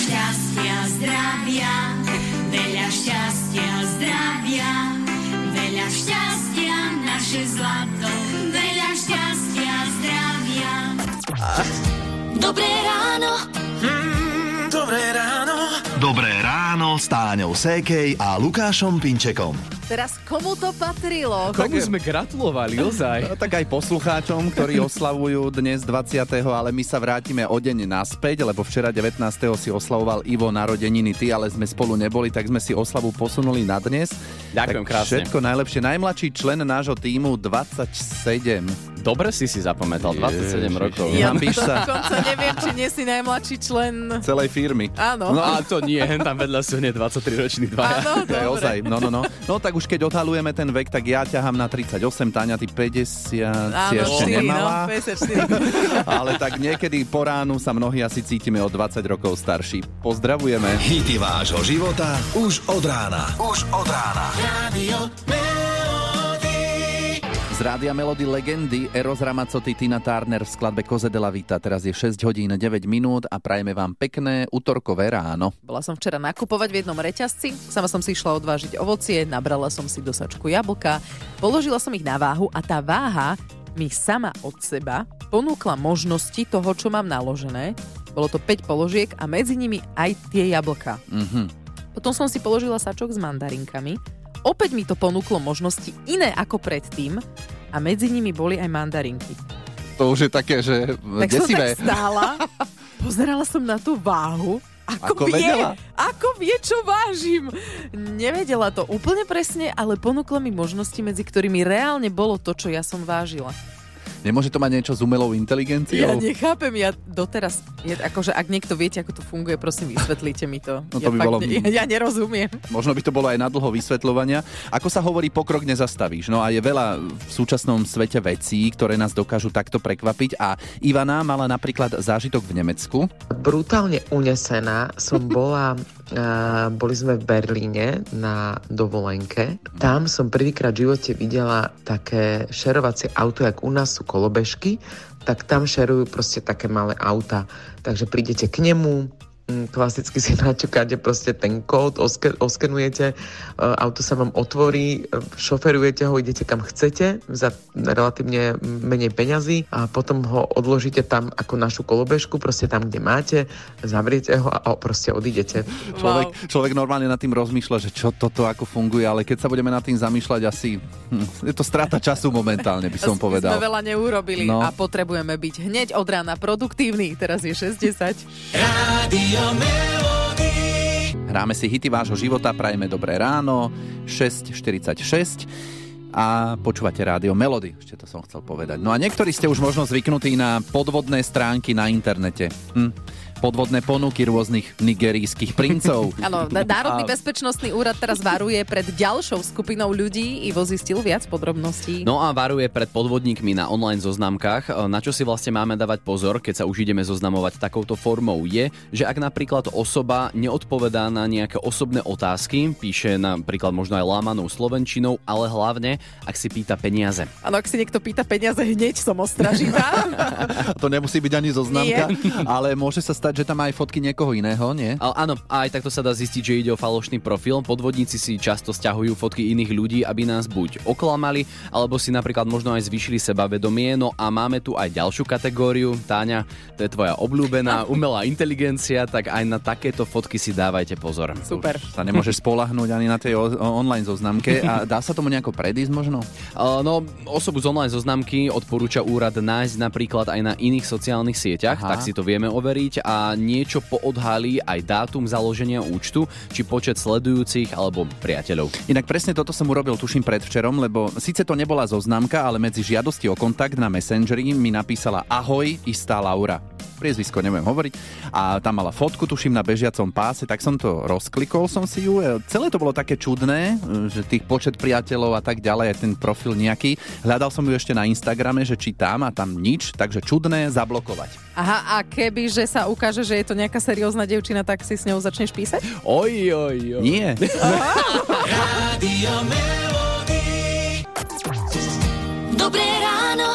šťastia, zdravia, veľa šťastia, zdravia, veľa šťastia, naše zlato, veľa šťastia, zdravia. Dobré ráno. Dobré ráno. Dobré ráno s Táňou Sékej a Lukášom Pinčekom. Teraz komu to patrilo? Komu sme gratulovali, ozaj? No, tak aj poslucháčom, ktorí oslavujú dnes 20., ale my sa vrátime o deň naspäť, lebo včera 19. si oslavoval Ivo narodeniny ty, ale sme spolu neboli, tak sme si oslavu posunuli na dnes. Ďakujem tak krásne. Všetko najlepšie. Najmladší člen nášho tímu 27. Dobre si zapamätal, 27 rokov. Ja Hambíš sa. dokonca neviem, či nie si najmladší člen. Celej firmy. Áno. No a to nie, tam vedľa sú 23-roční dvaja. Áno, To je dobre. ozaj, no. No tak už keď odhalujeme ten vek, tak ja ťahám na 38, Táňa, ty 50 si Áno, ešte 4, nemala. no, 54. Ale tak niekedy po ránu sa mnohí asi cítime o 20 rokov starší. Pozdravujeme. Hity vášho života už od rána. Už od rána. Radio Melody. Z Rádia Melody legendy Eros Ramazzotti, Tina Turner v skladbe Cose della Vita. Teraz je 6 hodín 9 minút a prajeme vám pekné utorkové ráno. Bola som včera nakupovať v jednom reťazci, sama som si išla odvážiť ovocie, nabrala som si do sačku jablka, položila som ich na váhu a tá váha mi sama od seba ponúkla možnosti toho, čo mám naložené. Bolo to 5 položiek a medzi nimi aj tie jablka. Potom som si položila sačok s mandarinkami. Opäť mi to ponúklo možnosti iné ako predtým a medzi nimi boli aj mandarinky. To už je také, že Tak desivé. som tak stála, pozerala som na tú váhu, Ako vedela? Ako vie, čo vážim. Nevedela to úplne presne, ale ponúkla mi možnosti, medzi ktorými reálne bolo to, čo ja som vážila. Nemôže to mať niečo s umelou Ja inteligenciou? nechápem, ja doteraz, akože ak niekto viete, ako to funguje, prosím, vysvetlíte mi to. No to by bolo- Ja nerozumiem. Možno by to bolo aj na dlho vysvetľovania. Ako sa hovorí, pokrok nezastavíš. No a je veľa v súčasnom svete vecí, ktoré nás dokážu takto prekvapiť. A Ivana mala napríklad zážitok v Nemecku. Brutálne unesená som bola, boli sme v Berlíne na dovolenke. Tam som prvýkrát v živote videla také šerovacie auto, jak u nás sú kolobežky, tak tam šerujú proste také malé auta. Takže prídete k nemu, klasicky si načukáte proste ten kód, oskenujete, auto sa vám otvorí, šoferujete ho, idete kam chcete za relatívne menej peňazí a potom ho odložíte tam ako našu kolobežku, proste tam, kde máte, zavriete ho a proste odídete. Človek normálne nad tým rozmýšľa, že čo toto ako funguje, ale keď sa budeme nad tým zamýšľať, asi je to strata času momentálne, by som My povedal. sme veľa neurobili a potrebujeme byť hneď od rána produktívni. Teraz je 6:10. Radio Melody. Hráme si hity vášho života, prajeme dobré ráno, 6:46 a počúvate Rádio Melody, ešte to som chcel povedať. No a niektorí ste už možno zvyknutí na podvodné stránky na internete. Podvodné ponuky rôznych nigerijských princov. Áno, Národný bezpečnostný úrad teraz varuje pred ďalšou skupinou ľudí. Ivo zistil viac podrobností. No a varuje pred podvodníkmi na online zoznamkách. Na čo si vlastne máme dávať pozor, keď sa už ideme zoznamovať takouto formou, je, že ak napríklad osoba neodpovedá na nejaké osobné otázky, píše napríklad možno aj lámanou slovenčinou, ale hlavne, ak si pýta peniaze. Áno, ak si niekto pýta peniaze, hneď som ostražitá. To nemusí byť ani zoznamka, ale môže sa stať, že tam aj fotky niekoho iného, nie? Áno, a aj takto sa dá zistiť, že ide o falošný profil. Podvodníci si často sťahujú fotky iných ľudí, aby nás buď oklamali, alebo si napríklad možno aj zvýšili sebavedomie. No a máme tu aj ďalšiu kategóriu. Táňa, to je tvoja obľúbená umelá inteligencia, tak aj na takéto fotky si dávajte pozor. Super. Sa nemôžeš spoľahnúť ani na tej online zoznamke. A dá sa tomu nejako predísť možno? No, osobu z online zoznamky odporúča úrad nájsť napríklad aj na iných sociálnych sieťach, tak si to vieme overiť a niečo poodhalí aj dátum založenia účtu, či počet sledujúcich alebo priateľov. Inak presne toto som urobil, tuším, predvčerom, lebo síce to nebola zoznamka, ale medzi žiadosti o kontakt na Messengeri mi napísala ahoj, istá Laura. Priezvisko neviem hovoriť. A tam mala fotku, tuším, na bežiacom páse, tak som to rozklikol som si ju. Celé to bolo také čudné, že tých počet priateľov a tak ďalej, aj ten profil nejaký. Hľadal som ju ešte na Instagrame, že či tam a tam nič, takže čudné, zablokovať. Aha, a keby, že sa ukáže, že je to nejaká seriózna dievčina, tak si s ňou začneš písať? Oj. Nie. Radio Melody. Dobré ráno.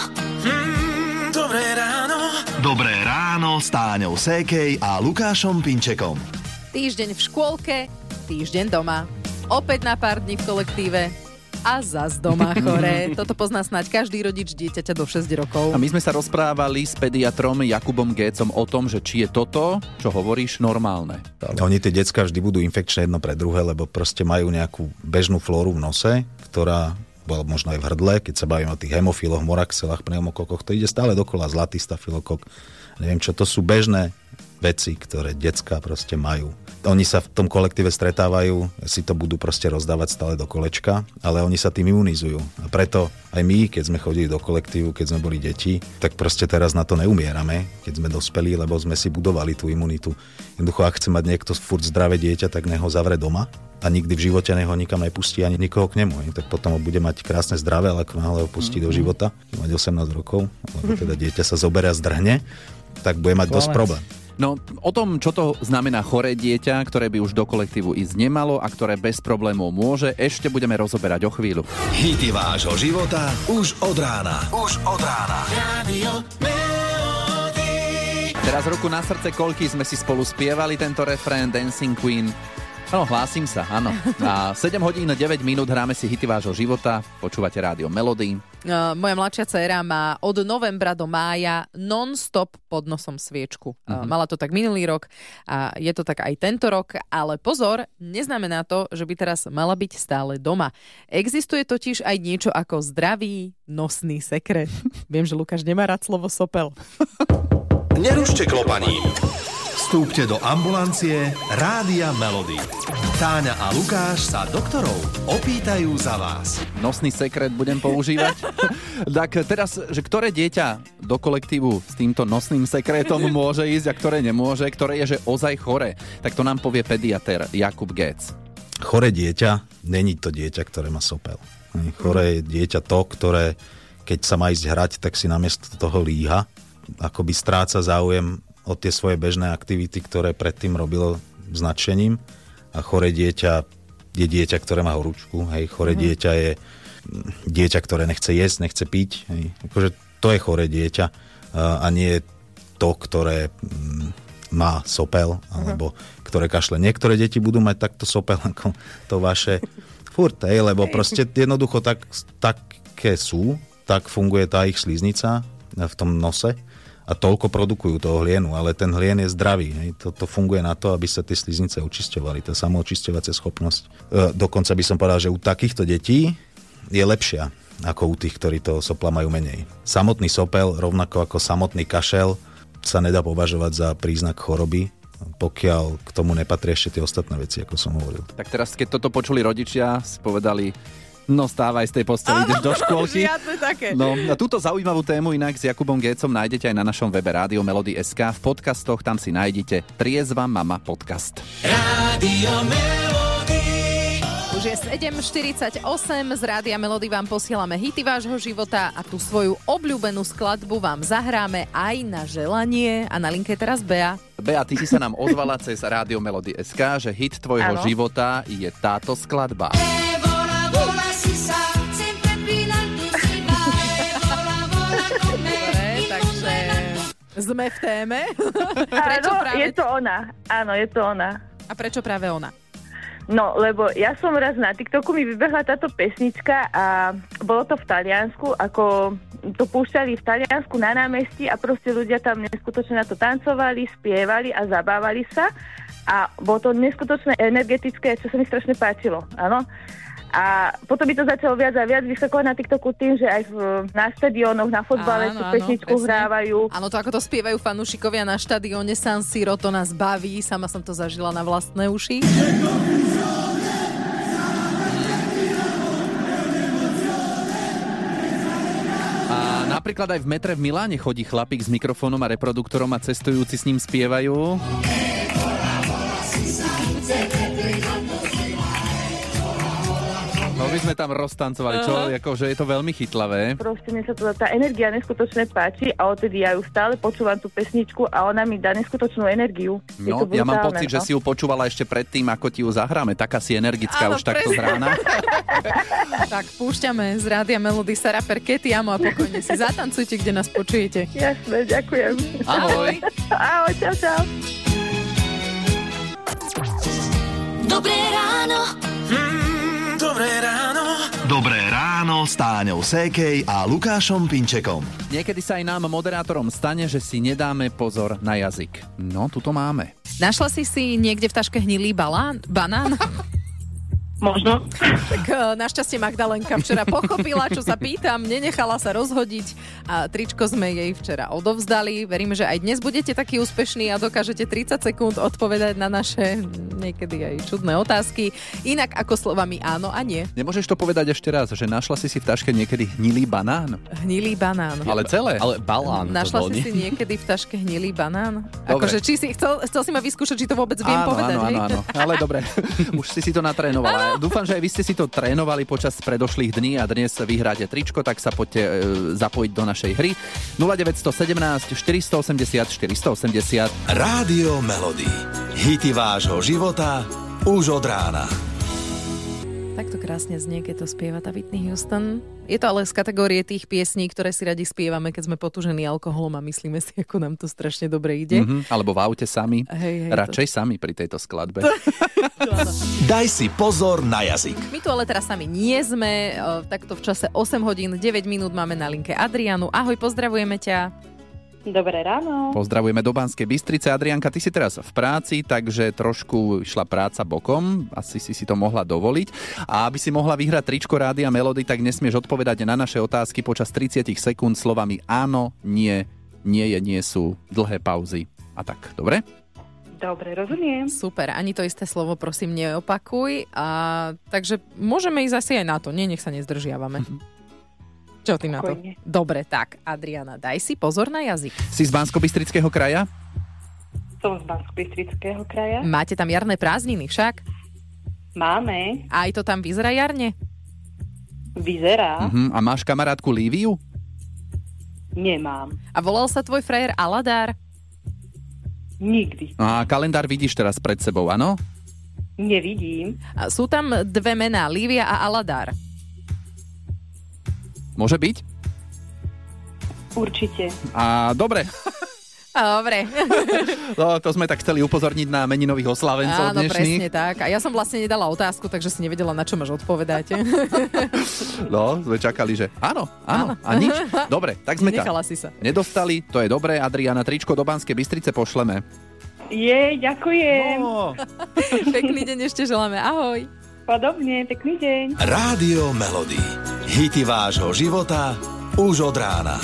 Dobré ráno. Dobré ráno s Táňou Sékej a Lukášom Pinčekom. Týždeň v škôlke, týždeň doma. Opäť na pár dní v kolektíve a zas doma chore. Toto pozná snáď každý rodič dieťaťa do 6 rokov. A my sme sa rozprávali s pediatrom Jakubom Gécom o tom, že či je toto, čo hovoríš, normálne. Oni tie decká vždy budú infekčné jedno pre druhé, lebo proste majú nejakú bežnú flóru v nose, ktorá bola možno aj v hrdle, keď sa bavíme o tých hemofiloch, moraxelách, pneumokokoch, to ide stále dokola, zlatý stafilokok. Neviem čo, to sú bežné veci, ktoré decká proste majú. Oni sa v tom kolektíve stretávajú, si to budú proste rozdávať stále do kolečka, ale oni sa tým imunizujú. A preto aj my, keď sme chodili do kolektívu, keď sme boli deti, tak proste teraz na to neumierame, keď sme dospeli, lebo sme si budovali tú imunitu. Jednoducho, ak chce mať niekto furt zdravé dieťa, tak neho zavre doma a nikdy v živote neho nikam nepustí ani nikoho k nemu. Tak potom ho bude mať krásne zdravé, ale ako náhle ho pustí do života, mať 18 rokov, alebo teda dieťa sa zoberie a zdrhne, tak bude mať dosť problém. No, o tom, čo to znamená choré dieťa, ktoré by už do kolektívu ísť nemalo a ktoré bez problémov môže, ešte budeme rozoberať o chvíľu. Hity vášho života už od rána. Radio Melody. Teraz ruku na srdce, koľky sme si spolu spievali tento refrén Dancing Queen. No, hlásim sa, áno. Na 7 hodín 9 minút hráme si hity vášho života. Počúvate Rádio Melody. Moja mladšia dcéra má od novembra do mája non-stop pod nosom sviečku. Mala to tak minulý rok a je to tak aj tento rok, ale pozor, neznamená to, že by teraz mala byť stále doma. Existuje totiž aj niečo ako zdravý nosný sekret. Viem, že Lukáš nemá rád slovo sopel. Nerušte klopaním. Vstúpte do ambulancie Rádia Melody. Táňa a Lukáš sa doktorov opýtajú za vás. Nosný sekret budem používať. Tak teraz, že ktoré dieťa do kolektívu s týmto nosným sekretom môže ísť a ktoré nemôže, ktoré je, že ozaj chore, tak to nám povie pediatér Jakub Géc. Choré dieťa, není to dieťa, ktoré má sopel. Choré je dieťa to, ktoré, keď sa má ísť hrať, tak si namiesto toho líha, akoby stráca záujem o tie svoje bežné aktivity, ktoré predtým robilo značením. A choré dieťa je dieťa, ktoré má horúčku. Hej. Choré dieťa je dieťa, ktoré nechce jesť, nechce piť. Hej. Akože to je choré dieťa a nie to, ktoré má sopel alebo ktoré kašle. Niektoré deti budú mať takto sopel ako to vaše furt, hej, lebo proste jednoducho také sú, tak funguje tá ich sliznica v tom nose a toľko produkujú toho hlienu, ale ten hlien je zdravý. Hej. To funguje na to, aby sa tie sliznice očisťovali. Tá samoočisťovacia schopnosť. Dokonca by som povedal, že u takýchto detí je lepšia ako u tých, ktorí toho sopla majú menej. Samotný sopel, rovnako ako samotný kašel, sa nedá považovať za príznak choroby, pokiaľ k tomu nepatria ešte tie ostatné veci, ako som hovoril. Tak teraz, keď toto počuli rodičia, povedali: no stávaj z tej postele, ideš do škôlky. Žiadne také. No, na túto zaujímavú tému inak s Jakubom Gécom nájdete aj na našom webe Rádio Melody.sk. V podcastoch tam si nájdete Triezva mama podcast. Radio Melody. Už je 7:48, z Rádia Melody vám posielame hity vášho života a tú svoju obľúbenú skladbu vám zahráme aj na želanie. A na linke teraz Bea. Bea, ty si sa nám ozvala cez Rádio Melody.sk, že hit tvojho života je táto skladba. Sme v téme. Áno, je to ona. Áno, je to ona. A prečo práve ona? No, lebo ja som raz na TikToku, mi vybehla táto pesnička a bolo to v Taliansku, ako to púšťali v Taliansku na námestí a proste ľudia tam neskutočne na to tancovali, spievali a zabávali sa a bolo to neskutočne energetické, čo sa mi strašne páčilo, áno. A potom by to začalo viac a viac vyskakovať na TikToku tým, že aj na štadiónoch, na fotbale tú pesničku hrávajú. Áno, to ako to spievajú fanúšikovia na štadióne San Siro, to nás baví. Sama som to zažila na vlastné uši. A napríklad aj v metre v Miláne chodí chlapík s mikrofónom a reproduktorom a cestujúci s ním spievajú. No my sme tam roztancovali, čo? Akože je to veľmi chytlavé. Proste mne sa tá energia neskutočne páči a odtedy ja ju stále počúvam tú pesničku a ona mi dá neskutočnú energiu. No, ja mám pocit, že si ju počúvala ešte predtým, ako ti ju zahráme. Taká si energická už takto z rána. Tak púšťame z Rádia Melody Sara Perketiamo a pokojne si zatancujte, kde nás počujete. Jasné, ďakujem. Ahoj. Ahoj, čau, čau. Dobré ráno. Dobré ráno. Dobré ráno s Táňou Sékej a Lukášom Pinčekom. Niekedy sa aj nám, moderátorom, stane, že si nedáme pozor na jazyk. No, tuto máme. Našla si niekde v taške hnilý banán? Možno. Tak našťastie Magdalenka včera pochopila, čo sa pýtam, nenechala sa rozhodiť a tričko sme jej včera odovzdali. Verím, že aj dnes budete takí úspešní a dokážete 30 sekúnd odpovedať na naše niekedy aj čudné otázky. Inak ako slovami áno a nie. Nemôžeš to povedať ešte raz, že našla si v taške niekedy hnilý banán? Hnilý banán. Ale celé? Ale balán. Našla si niekedy v taške hnilý banán? Dobre. Akože či si chcel si ma vyskúšať, či to vôbec viem povedať. Áno. Ale dobre, už si to natrénovala. Dúfam, že aj vy ste si to trénovali počas predošlých dní a dnes vyhráte tričko, tak sa poďte zapojiť do našej hry. 0917 480 480. Rádio Melody. Hity vášho života už od rána. Takto krásne znie, keď to spieva tá Whitney Houston. Je to ale z kategórie tých piesní, ktoré si radi spievame, keď sme potúžení alkoholom a myslíme si, ako nám to strašne dobre ide. Alebo v aute sami. Hej, radšej sami pri tejto skladbe. Daj si pozor na jazyk. My tu ale teraz sami nie sme. Takto v čase 8 hodín 9 minút máme na linke Adrianu. Ahoj, pozdravujeme ťa. Dobré ráno. Pozdravujeme do Banskej Bystrice. Adrianka, ty si teraz v práci, takže trošku išla práca bokom. Asi si to mohla dovoliť. A aby si mohla vyhrať tričko Rádia Melody, tak nesmieš odpovedať na naše otázky počas 30 sekúnd slovami áno, nie, nie sú, dlhé pauzy a tak. Dobre? Dobre, rozumiem. Super, ani to isté slovo prosím neopakuj. Takže môžeme ísť asi aj na to. Nech sa nezdržiavame. Čo ty na to? Dobre, tak, Adriana, daj si pozor na jazyk. Si z Banskobystrického kraja? Som z Banskobystrického kraja. Máte tam jarné prázdniny však? Máme. A aj to tam vyzerá jarne? Vyzerá. A máš kamarátku Líviu? Nemám. A volal sa tvoj frajer Aladár? Nikdy. A kalendár vidíš teraz pred sebou, áno? Nevidím. A sú tam dve mená, Lívia a Aladár. Môže byť? Určite. A dobre. Dobre. No, to sme tak chceli upozorniť na meninových oslavencov dnešných. Áno, presne tak. A ja som vlastne nedala otázku, takže si nevedela, na čo máš odpovedať. No, sme čakali, že áno. A nič. Dobre, tak sme Nechala si sa. Nedostali, to je dobré. Adriana, tričko do Banskej Bystrice pošleme. Ďakujem. No. Pekný deň ešte želáme. Ahoj. Podobne, pekný deň. Rádio Melody. Hity vášho života už od rána.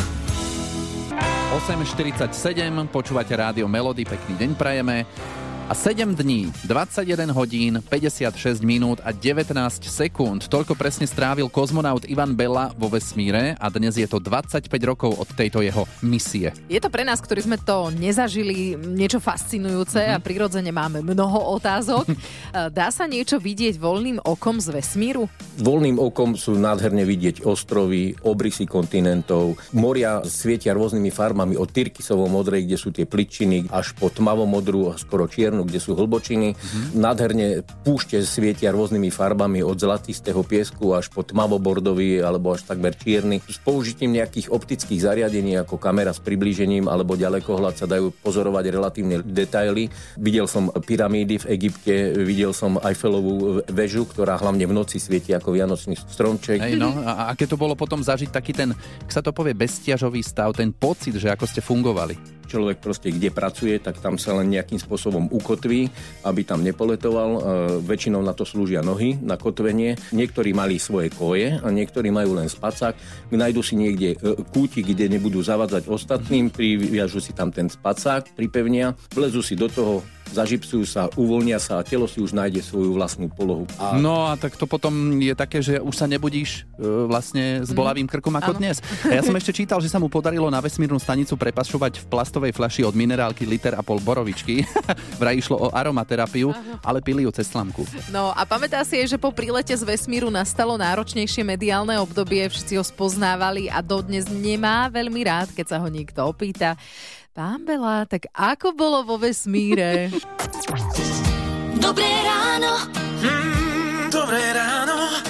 8.47, počúvate Rádio Melody, pekný deň prajeme. A 7 dní, 21 hodín, 56 minút a 19 sekúnd. Toľko presne strávil kozmonaut Ivan Bella vo vesmíre a dnes je to 25 rokov od tejto jeho misie. Je to pre nás, ktorí sme to nezažili, niečo fascinujúce a prirodzene máme mnoho otázok. Dá sa niečo vidieť voľným okom z vesmíru? Voľným okom sú nádherne vidieť ostrovy, obrysy kontinentov. Moria svietia rôznymi farbami od tyrkysovo-modrej, kde sú tie pličiny, až po tmavo-modrú a skoro čiernu, kde sú hlbočiny. Nádherne púšte svietia rôznymi farbami od zlatistého piesku až po tmavo-bordový alebo až takmer čierny. S použitím nejakých optických zariadení ako kamera s priblížením alebo ďalekohľad sa dajú pozorovať relatívne detaily. Videl som pyramídy v Egypte, videl som Eiffelovú väžu, ktorá hlavne v noci svieti ako vianočný stromček. Hej, no, a aké to bolo potom zažiť taký ten, ak sa to povie, bezťažový stav, ten pocit, že ako ste fungovali? Človek proste kde pracuje, tak tam sa len nejakým spôsobom ukotví, aby tam nepoletoval. Väčšinou na to slúžia nohy, na kotvenie. Niektorí mali svoje koje a niektorí majú len spacák. Nájdu si niekde kútik, kde nebudú zavádzať ostatným, priviažu si tam ten spacák, pripevnia, vlezú si do toho, zažipsujú sa, uvoľnia sa a telo si už nájde svoju vlastnú polohu. No a tak to potom je také, že už sa nebudíš vlastne s bolavým krkom ako dnes. A ja som ešte čítal, že sa mu podarilo na vesmírnu stanicu prepašovať v plastovej fľaši od minerálky 1,5 liter borovičky. Vraj išlo o aromaterapiu, ale pili ju cez slamku. No a pamätá si aj, že po prílete z vesmíru nastalo náročnejšie mediálne obdobie, všetci ho spoznávali a dodnes nemá veľmi rád, keď sa ho niekto opýta. Pán Bela, tak ako bolo vo vesmíre? Dobré ráno. Dobré ráno.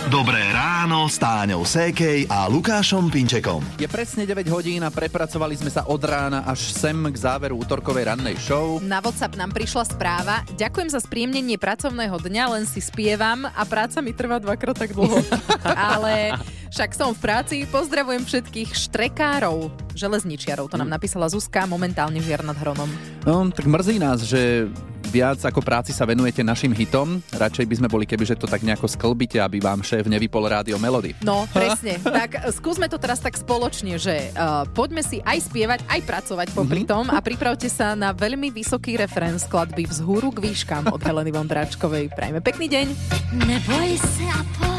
Dobré ráno s Táňou Sékej a Lukášom Pinčekom. Je presne 9 hodín a prepracovali sme sa od rána až sem k záveru útorkovej rannej show. Na WhatsApp nám prišla správa. Ďakujem za spríjemnenie pracovného dňa, len si spievam a práca mi trvá 2-krát tak dlho. Ale však som v práci. Pozdravujem všetkých štrekárov, železničiarov. To nám napísala Zuzka, momentálne žiar nad Hronom. No, tak mrzí nás, že viac ako práci sa venujete našim hitom. Radšej by sme boli, kebyže to tak nejako sklbíte, aby vám šéf nevypol Rádio Melody. No, presne. Tak skúsme to teraz tak spoločne, že poďme si aj spievať, aj pracovať popri tom a pripravte sa na veľmi vysoký refrén skladby Vzhúru k výškam od Heleny Vondráčkovej. Prajme pekný deň. Neboj sa a